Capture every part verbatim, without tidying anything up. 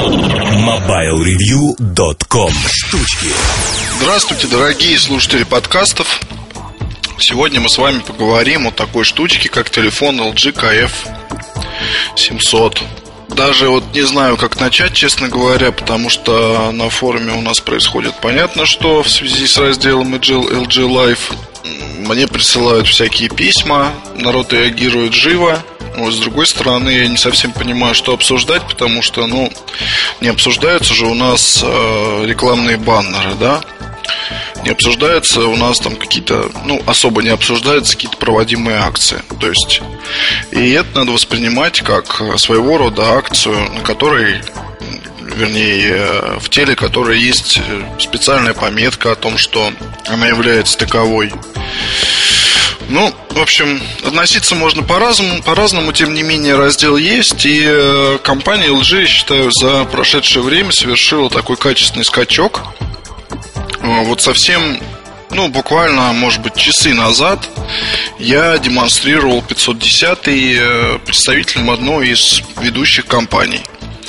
мобайл ревью точка ком. Штучки. Здравствуйте, дорогие слушатели подкастов. Сегодня мы с вами поговорим о такой штучке, как телефон эл джи кей эф семьсот. Даже вот не знаю, как начать, честно говоря, потому что на форуме у нас происходит понятно, что в связи с разделом эл джи Live мне присылают всякие письма, народ реагирует живо. Вот, с другой стороны, я не совсем понимаю, что обсуждать, потому что, ну, не обсуждаются же у нас э, рекламные баннеры, да? Не обсуждаются у нас там какие-то, ну, особо не обсуждаются какие-то проводимые акции. То есть, и это надо воспринимать как своего рода акцию, на которой, вернее, в теле которой есть специальная пометка о том, что она является таковой. Ну, в общем, относиться можно по-разному, по-разному, тем не менее, раздел есть. И компания эл джи, я считаю, за прошедшее время совершила такой качественный скачок. Вот совсем, ну, буквально, может быть, часы назад я демонстрировал пятьсот десятый представителям одной из ведущих компаний.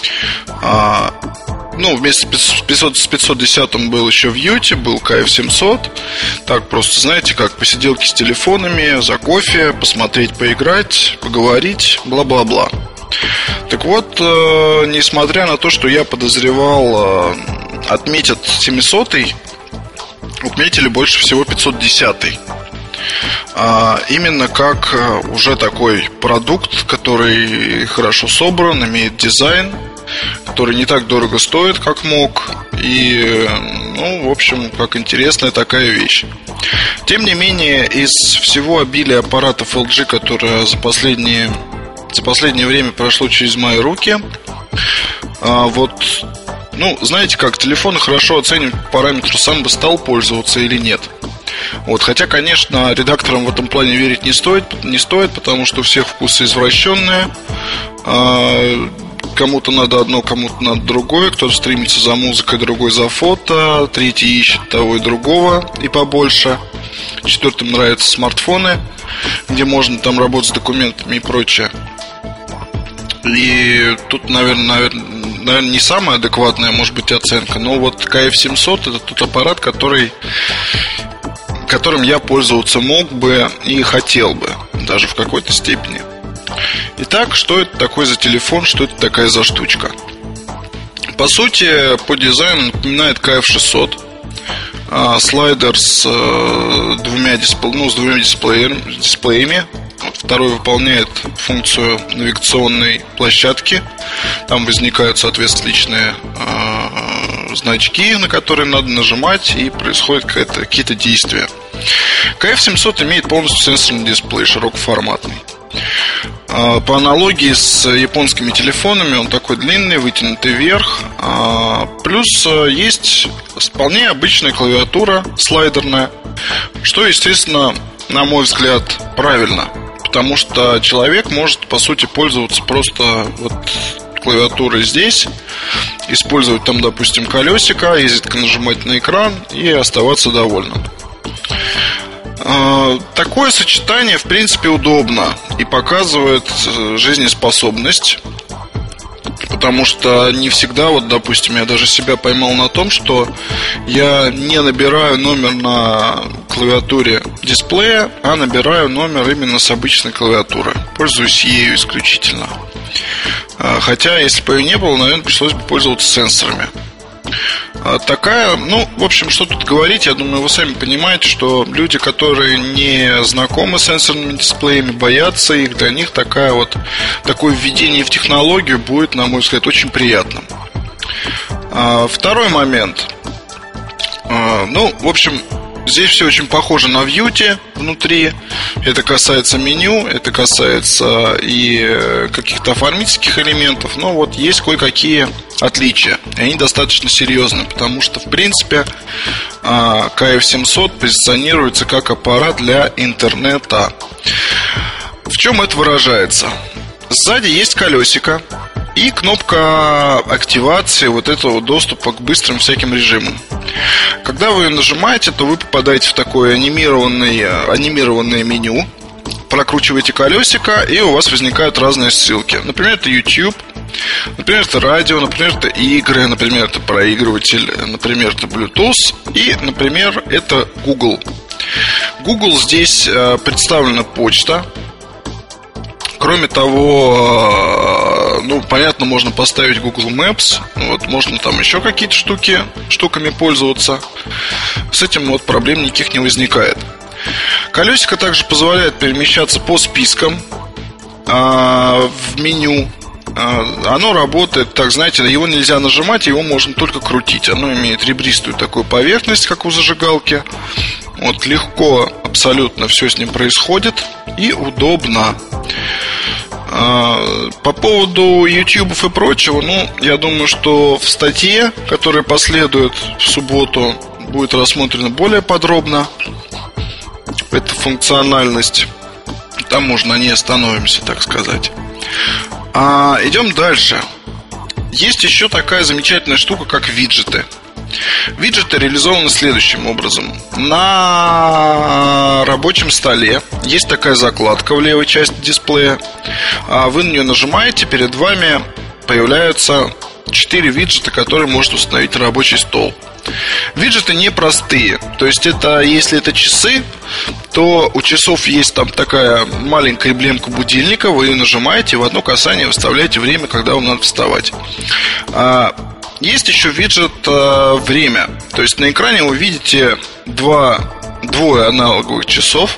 Ну, вместе с пятьсот десятым был еще View, был кей эф семьсот. Так просто, знаете, как посиделки с телефонами, за кофе, посмотреть, поиграть, поговорить, бла-бла-бла. Так вот, э, несмотря на то, что я подозревал, э, отметят семисотый, отметили больше всего пятьсот десятый. А именно как уже такой продукт, который хорошо собран, имеет дизайн, который не так дорого стоит, как мог. И, ну, в общем, как интересная такая вещь. Тем не менее, из всего обилия аппаратов эл джи, которое за последние, за последнее время прошло через мои руки, вот, ну, знаете как, телефон хорошо оценивать по параметру, сам бы стал пользоваться или нет. Вот, хотя, конечно, редакторам в этом плане верить не стоит, не стоит, потому что у всех вкусы извращенные. Кому-то надо одно, кому-то надо другое. Кто-то стремится за музыкой, другой за фото, третий ищет того и другого и побольше. Четвертым нравятся смартфоны, где можно там работать с документами и прочее. И тут, наверное, наверное, наверное, не самая адекватная может быть оценка. Но вот кей эф семьсот — это тот аппарат, который, которым я пользоваться мог бы и хотел бы, даже в какой-то степени. Итак, что это такое за телефон, что это такая за штучка? По сути, по дизайну напоминает кей эф шестьсот. Слайдер с двумя, диспле... ну, с двумя дисплеями, дисплеями. Второй выполняет функцию навигационной площадки. Там возникают, соответственно, личные э, значки, на которые надо нажимать, и происходят какие-то действия. кей эф семьсот имеет полностью сенсорный дисплей, широкоформатный. По аналогии с японскими телефонами, он такой длинный, вытянутый вверх. Плюс есть вполне обычная клавиатура слайдерная, что, естественно, на мой взгляд, правильно. Потому что человек может, по сути, пользоваться просто вот клавиатурой здесь, использовать там, допустим, колесико, изредка нажимать на экран и оставаться довольным. Такое сочетание, в принципе, удобно и показывает жизнеспособность. Потому что не всегда, вот, допустим, я даже себя поймал на том, что я не набираю номер на клавиатуре дисплея, а набираю номер именно с обычной клавиатуры. Пользуюсь ею исключительно. Хотя, если бы ее не было, наверное, пришлось бы пользоваться сенсорами. Такая, ну, в общем, что тут говорить, я думаю, вы сами понимаете, что люди, которые не знакомы с сенсорными дисплеями, боятся их, для них такая вот, такое введение в технологию будет, на мой взгляд, очень приятным. Второй момент. Ну, в общем, здесь все очень похоже на View внутри. Это касается меню, это касается и каких-то оформительских элементов. Но вот есть кое-какие отличия. И они достаточно серьезные, потому что, в принципе, кей эф семьсот позиционируется как аппарат для интернета. В чем это выражается? Сзади есть колесико и кнопка активации вот этого доступа к быстрым всяким режимам. Когда вы нажимаете, то вы попадаете в такое анимированное, анимированное меню, прокручиваете колесико, и у вас возникают разные ссылки. Например, это YouTube, например, это радио, например, это игры, например, это проигрыватель, например, это Bluetooth и, например, это Google. Google здесь представлена почта. Кроме того, ну, понятно, можно поставить Google Maps. Вот, можно там еще какие-то штуки, штуками пользоваться. С этим вот проблем никаких не возникает. Колесико также позволяет перемещаться по спискам а, в меню. а, Оно работает, так знаете, его нельзя нажимать, его можно только крутить. Оно имеет ребристую такую поверхность, как у зажигалки. Вот легко абсолютно все с ним происходит и удобно. По поводу YouTube и прочего, ну, я думаю, что в статье, которая последует в субботу, будет рассмотрена более подробно эта функциональность. Там можно на ней остановимся, так сказать. а, Идем дальше. Есть еще такая замечательная штука, как виджеты. Виджеты реализованы следующим образом. На рабочем столе есть такая закладка в левой части дисплея. Вы на нее нажимаете, перед вами появляются четыре виджета, которые может установить на рабочий стол. Виджеты непростые. То есть это, если это часы, то у часов есть там такая маленькая эмблемка будильника. Вы ее нажимаете, и в одно касание выставляете время, когда вам надо вставать. Есть еще виджет э, «Время». То есть на экране вы видите два, двое аналоговых часов.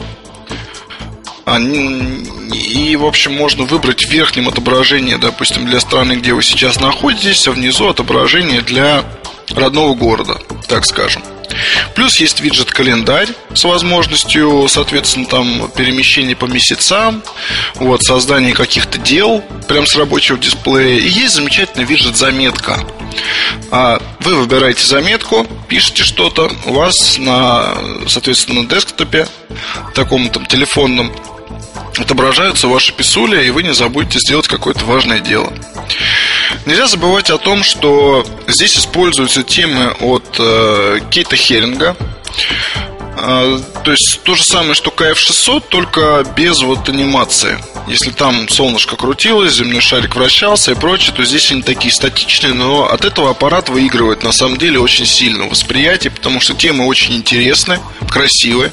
И, в общем, можно выбрать в верхнем отображение, допустим, для страны, где вы сейчас находитесь, а внизу отображение для родного города, так скажем. Плюс есть виджет «Календарь» с возможностью, соответственно, там перемещения по месяцам, вот, создание каких-то дел прямо с рабочего дисплея. И есть замечательный виджет «Заметка». Вы выбираете заметку, пишете что-то, у вас на, соответственно, на десктопе, таком там телефонном, отображаются ваши писули, и вы не забудете сделать какое-то важное дело. Нельзя забывать о том, что здесь используются темы от э, Кейта Херинга. э, То есть то же самое, что ка эф шестьсот, только без вот анимации. Если там солнышко крутилось, земной шарик вращался и прочее, то здесь они такие статичные. Но от этого аппарат выигрывает на самом деле очень сильно в восприятии, потому что темы очень интересные, красивые.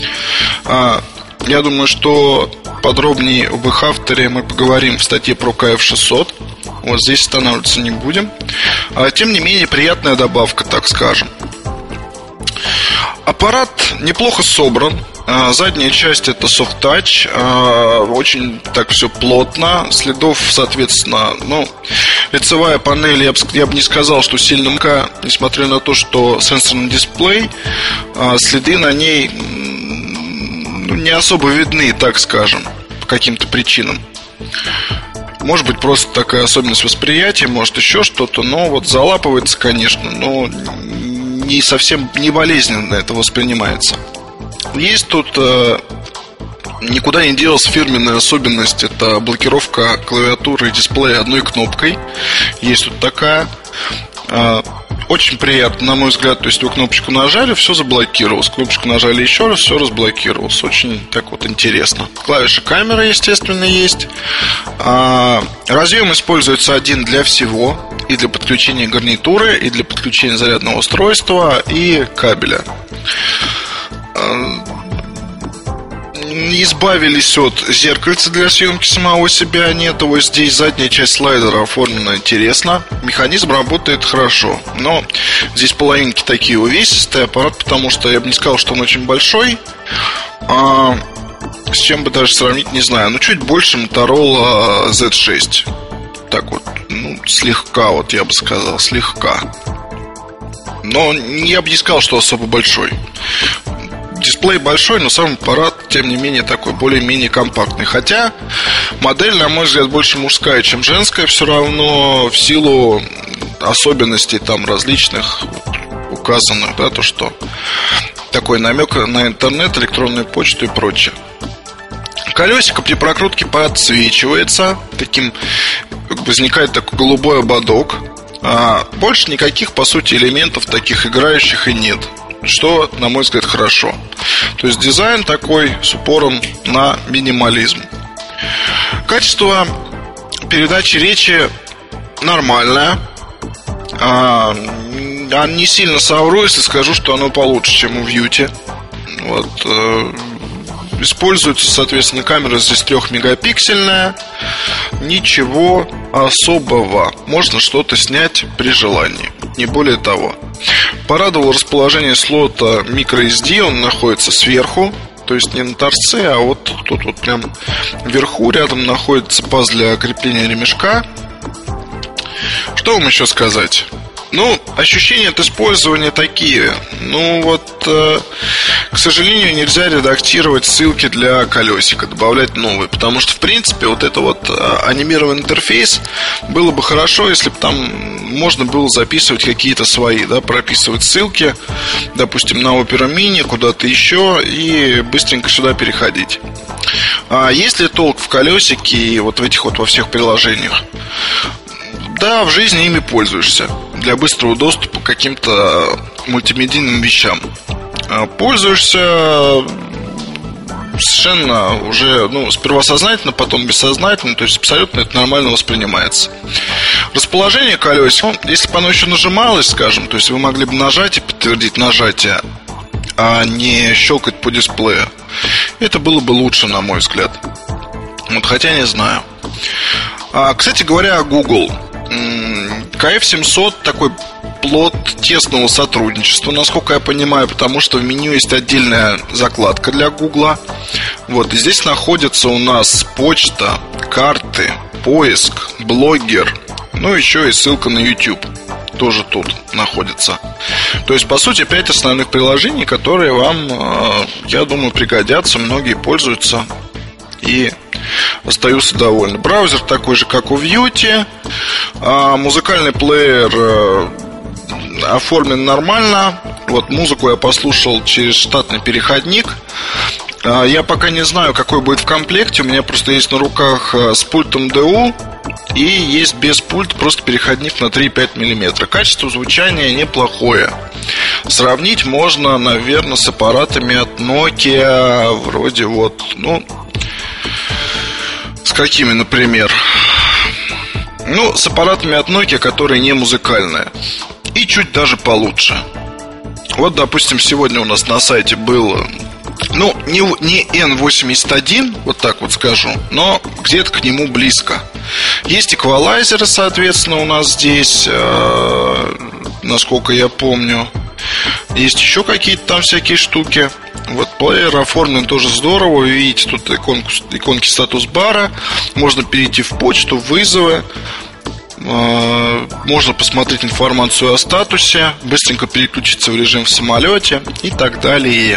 Я думаю, что подробнее об их авторе мы поговорим в статье про ка эф шестьсот. Вот здесь останавливаться не будем. а, Тем не менее, приятная добавка, так скажем. Аппарат неплохо собран. Задняя часть — это soft touch. Очень так все плотно. Следов, соответственно, ну, лицевая панель, я бы, я бы не сказал, что сильно мка, несмотря на то, что сенсорный дисплей, следы на ней, ну, не особо видны, так скажем, по каким-то причинам. Может быть, просто такая особенность восприятия, может еще что-то. Но вот залапывается, конечно, но не совсем не болезненно это воспринимается. Есть тут э, никуда не делась фирменная особенность. Это блокировка клавиатуры и дисплея одной кнопкой. Есть тут такая. э, Очень приятно, на мой взгляд. То есть вы кнопочку нажали, все заблокировалось. Кнопочку нажали еще раз, все разблокировалось. Очень так вот интересно. Клавиша камеры, естественно, есть. а, Разъем используется один для всего. И для подключения гарнитуры, и для подключения зарядного устройства, и кабеля. Избавились от зеркальца для съемки самого себя. Нет его здесь. Задняя часть слайдера оформлена интересно. Механизм работает хорошо. Но здесь половинки такие увесистые. Аппарат, потому что я бы не сказал, что он очень большой. а, С чем бы даже сравнить, не знаю. Но чуть больше Motorola зет шесть. Так вот, ну, слегка, вот я бы сказал, слегка. Но я бы не сказал, что особо большой. Дисплей большой, но сам аппарат, тем не менее, такой более-менее компактный. Хотя модель, на мой взгляд, больше мужская, чем женская. Все равно в силу особенностей там различных указанных, да, то, что такой намек на интернет, электронную почту и прочее. Колесико при прокрутке подсвечивается. Таким возникает такой голубой ободок. а Больше никаких, по сути, элементов таких играющих и нет. что, на мой взгляд, хорошо. То есть дизайн такой с упором на минимализм. Качество передачи речи нормальное. а, Не сильно совру, если скажу, что оно получше, чем у View. Вот. Используется, соответственно, камера здесь трехмегапиксельная. Ничего особого. Можно что-то снять при желании, не более того. Порадовало расположение слота microSD. Он находится сверху, то есть не на торце, а вот тут вот прям вверху. Рядом находится паз для крепления ремешка. Что вам еще сказать? Ну, ощущения от использования такие. Ну вот, э, к сожалению, нельзя редактировать ссылки для колесика, добавлять новые. Потому что, в принципе, вот это вот э, анимированный интерфейс было бы хорошо, если бы там можно было записывать какие-то свои, да, прописывать ссылки, допустим, на Opera Mini, куда-то еще, и быстренько сюда переходить. А есть ли толк в колесике и вот в этих вот во всех приложениях? Да, в жизни ими пользуешься для быстрого доступа к каким-то мультимедийным вещам. Пользуешься совершенно уже, ну, сперва сознательно, потом бессознательно. То есть абсолютно это нормально воспринимается. Расположение колесика, ну, если бы оно еще нажималось, скажем, то есть вы могли бы нажать и подтвердить нажатие, а не щелкать по дисплею, это было бы лучше, на мой взгляд. Вот, хотя не знаю. а, Кстати говоря, о Google. кей эф семьсот такой плод тесного сотрудничества, насколько я понимаю, потому что в меню есть отдельная закладка для Гугла. Вот, и здесь находится у нас почта, карты, поиск, блогер, ну еще и ссылка на YouTube тоже тут находится. То есть, по сути, пять основных приложений, которые вам, я думаю, пригодятся. Многие пользуются и остаются довольны. Браузер такой же, как у View. а, Музыкальный плеер а, оформлен нормально. Вот музыку я послушал через штатный переходник. а, Я пока не знаю, какой будет в комплекте. У меня просто есть на руках а, с пультом ди ю и есть без пульта просто переходник на три и пять миллиметра. Качество звучания неплохое. Сравнить можно, наверное, с аппаратами от Nokia. Вроде вот, ну, с какими, например? Ну, с аппаратами от Nokia, которые не музыкальные. И чуть даже получше. Вот, допустим, сегодня у нас на сайте был, ну, не, не эн восемьдесят один, вот так вот скажу, но где-то к нему близко. Есть эквалайзеры, соответственно, у нас здесь, э, насколько я помню. Есть еще какие-то там всякие штуки. Вот плеер оформлен тоже здорово. Вы видите тут иконку, иконки статус-бара. Можно перейти в почту, в вызовы. Можно посмотреть информацию о статусе, быстренько переключиться в режим в самолете и так далее.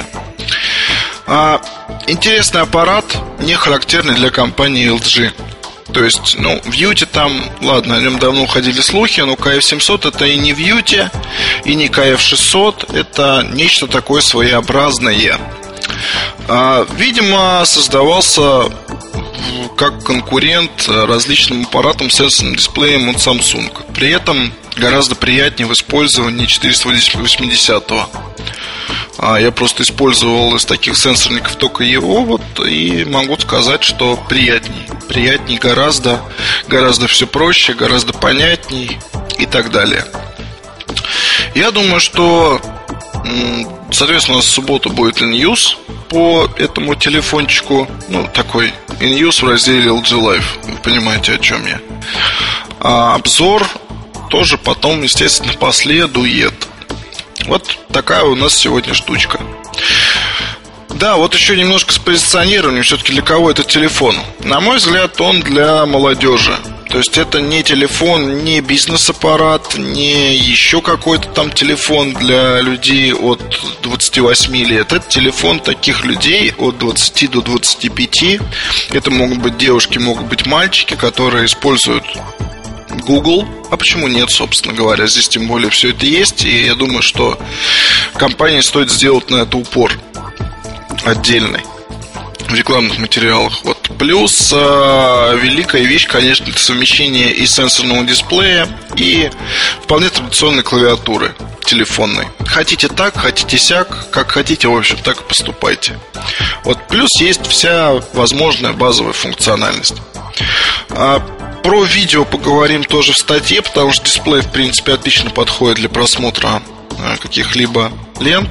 Интересный аппарат, не характерный для компании эл джи. То есть, ну, в View там, ладно, о нем давно ходили слухи, но кей эф семьсот это и не View, и не кей эф шестьсот, это нечто такое своеобразное. а, Видимо, создавался как конкурент различным аппаратам с сенсорным дисплеем от Samsung. При этом гораздо приятнее в использовании четыреста восьмидесятого. Я просто использовал из таких сенсорников только его, вот, и могу сказать, что приятней. Приятней гораздо, гораздо все проще, гораздо понятней и так далее. Я думаю, что, соответственно, у нас в субботу будет in-use по этому телефончику. Ну, такой in-use в разделе эл джи Live. Вы понимаете, о чем я. А обзор тоже потом, естественно, последует. Вот такая у нас сегодня штучка. Да, вот еще немножко с позиционированием. Все-таки для кого этот телефон? На мой взгляд, он для молодежи. То есть это не телефон, не бизнес-аппарат, не еще какой-то там телефон для людей от двадцати восьми лет. Это телефон таких людей от двадцати до двадцати пяти. Это могут быть девушки, могут быть мальчики, которые используют Google. А почему нет, собственно говоря? Здесь тем более все это есть. И я думаю, что компании стоит сделать на это упор отдельный в рекламных материалах. Вот. Плюс э, великая вещь, конечно, это совмещение и сенсорного дисплея, и вполне традиционной клавиатуры. телефонный. Хотите так, хотите сяк, как хотите, в общем, так и поступайте. Вот, плюс есть вся возможная базовая функциональность. А про видео поговорим тоже в статье, потому что дисплей, в принципе, отлично подходит для просмотра каких-либо лент.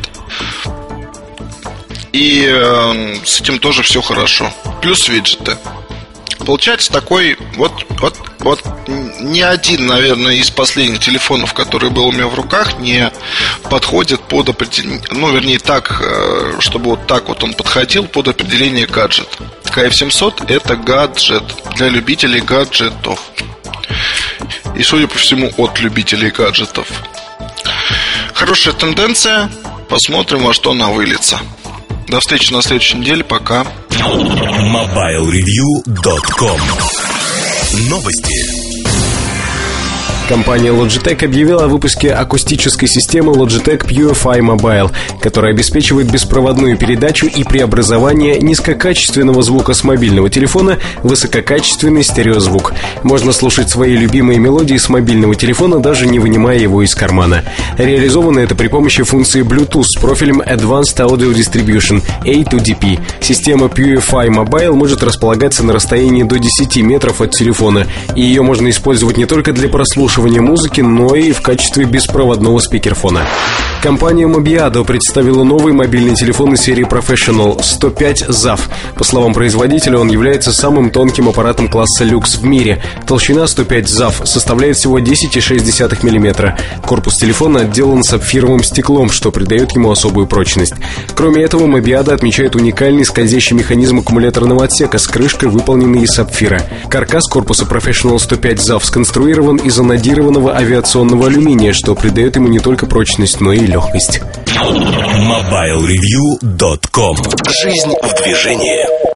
И э, с этим тоже все хорошо. Плюс виджеты. Получается такой вот, вот, вот ни один, наверное, из последних телефонов, который был у меня в руках, не подходит под определение, ну, вернее, так, чтобы вот так вот он подходил под определение гаджет. ка эф семьсот это гаджет для любителей гаджетов. И, судя по всему, от любителей гаджетов. Хорошая тенденция. Посмотрим, во что она выльется. До встречи на следующей неделе. Пока. мобайл ревью точка ком. Новости. Компания Logitech объявила о выпуске акустической системы Logitech Purify Mobile, которая обеспечивает беспроводную передачу и преобразование низкокачественного звука с мобильного телефона в высококачественный стереозвук. Можно слушать свои любимые мелодии с мобильного телефона, даже не вынимая его из кармана. Реализовано это при помощи функции Bluetooth с профилем Advanced Audio Distribution эй ту ди пи. Система Purify Mobile может располагаться на расстоянии до десяти метров от телефона, и ее можно использовать не только для прослушивания музыки, но и в качестве беспроводного спикерфона. Компания Mobiado представила новый мобильный телефон из серии Professional сто пять зав. По словам производителя, он является самым тонким аппаратом класса люкс в мире. Толщина сто пять зав составляет всего десять целых шесть десятых миллиметра. Корпус телефона отделан сапфировым стеклом, что придает ему особую прочность. Кроме этого, Mobiado отмечает уникальный скользящий механизм аккумуляторного отсека с крышкой, выполненной из сапфира. Каркас корпуса Professional сто пять зав сконструирован из анодированного авиационного алюминия, что придает ему не только прочность, но и легкость. мобайл ревью точка ком. Жизнь в движении.